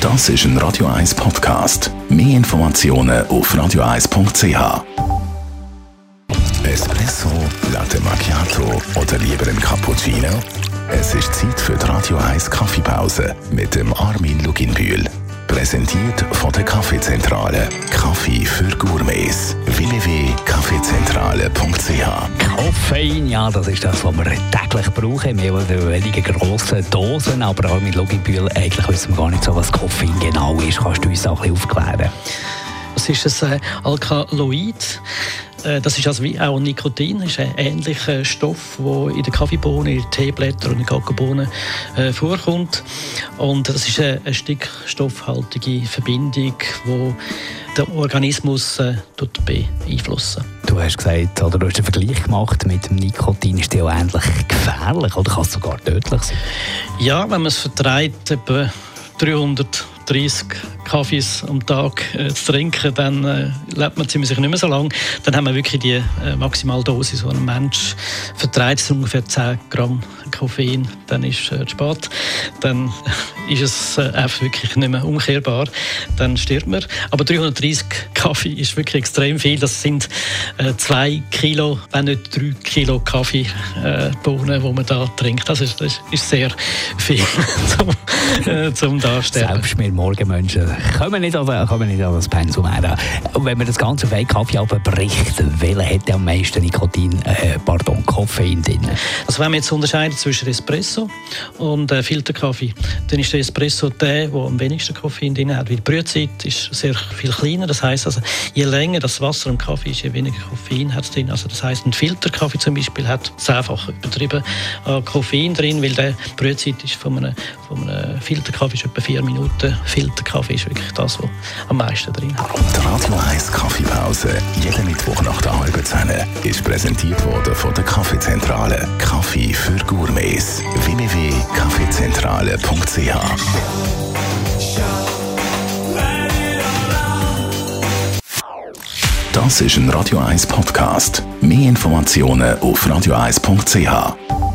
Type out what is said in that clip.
Das ist ein Radio 1 Podcast. Mehr Informationen auf radio1.ch. Espresso, Latte Macchiato oder lieber ein Cappuccino? Es ist Zeit für die Radio 1 Kaffeepause mit dem Armin Luginbühl. Präsentiert von der Kaffeezentrale. Kaffee für Gourmets. www.kaffeezentrale.ch. Koffein, ja, das ist das, was wir täglich brauchen, mehr oder weniger grosse Dosen. Aber Armin Luginbühl, eigentlich wissen wir gar nicht so, was Koffein genau ist. Kannst du uns auch ein bisschen aufklären? Das ist ein Alkaloid. Das ist also wie auch Nikotin, das ist ein ähnlicher Stoff, der in den Kaffeebohnen, in den Teeblättern und in den Kakaobohnen vorkommt. Und das ist eine stickstoffhaltige Verbindung, die den Organismus beeinflussen. Du hast gesagt, oder du hast einen Vergleich gemacht mit dem Nikotin. Ist der auch ähnlich gefährlich oder kann es sogar tödlich sein? Ja, wenn man es vertreibt, etwa 330 Kaffees am Tag zu trinken, dann lebt man ziemlich nicht mehr so lange. Dann haben wir wirklich die Maximaldosis, die ein Mensch verträgt, ist ungefähr 10 Gramm Koffein. Dann ist es spät. Dann ist es einfach wirklich nicht mehr umkehrbar. Dann stirbt man. Aber 330 Kaffee ist wirklich extrem viel. Das sind 2 Kilo, wenn nicht 3 Kilo Kaffeebohnen, die man da trinkt. Das ist sehr viel zum Darstellen. Selbst wir Morgenmenschen kommen nicht an das Pensum her. Und wenn man das Ganze auf einen Kaffee abbricht, welcher hat am meisten Koffein drin? Also wenn man jetzt unterscheidet zwischen Espresso und Filterkaffee, dann ist der Espresso der am wenigsten Koffein drin hat. Weil die Brühzeit ist sehr viel kleiner. Das heisst, also, je länger das Wasser im Kaffee ist, je weniger Koffein hat es drin. Also das heisst, ein Filterkaffee zum Beispiel hat 10-fach übertrieben Koffein drin, weil die Brühzeit ist von einem Filterkaffee ist etwa 4 Minuten. Filterkaffee ist wirklich das, was am meisten drin hat. Die Radio 1 Kaffeepause, jeden Mittwoch nach der halben 10, ist präsentiert worden von der Kaffeezentrale. Kaffee für Gourmets. www.kaffeezentrale.ch. Das ist ein Radio 1 Podcast. Mehr Informationen auf radio1.ch.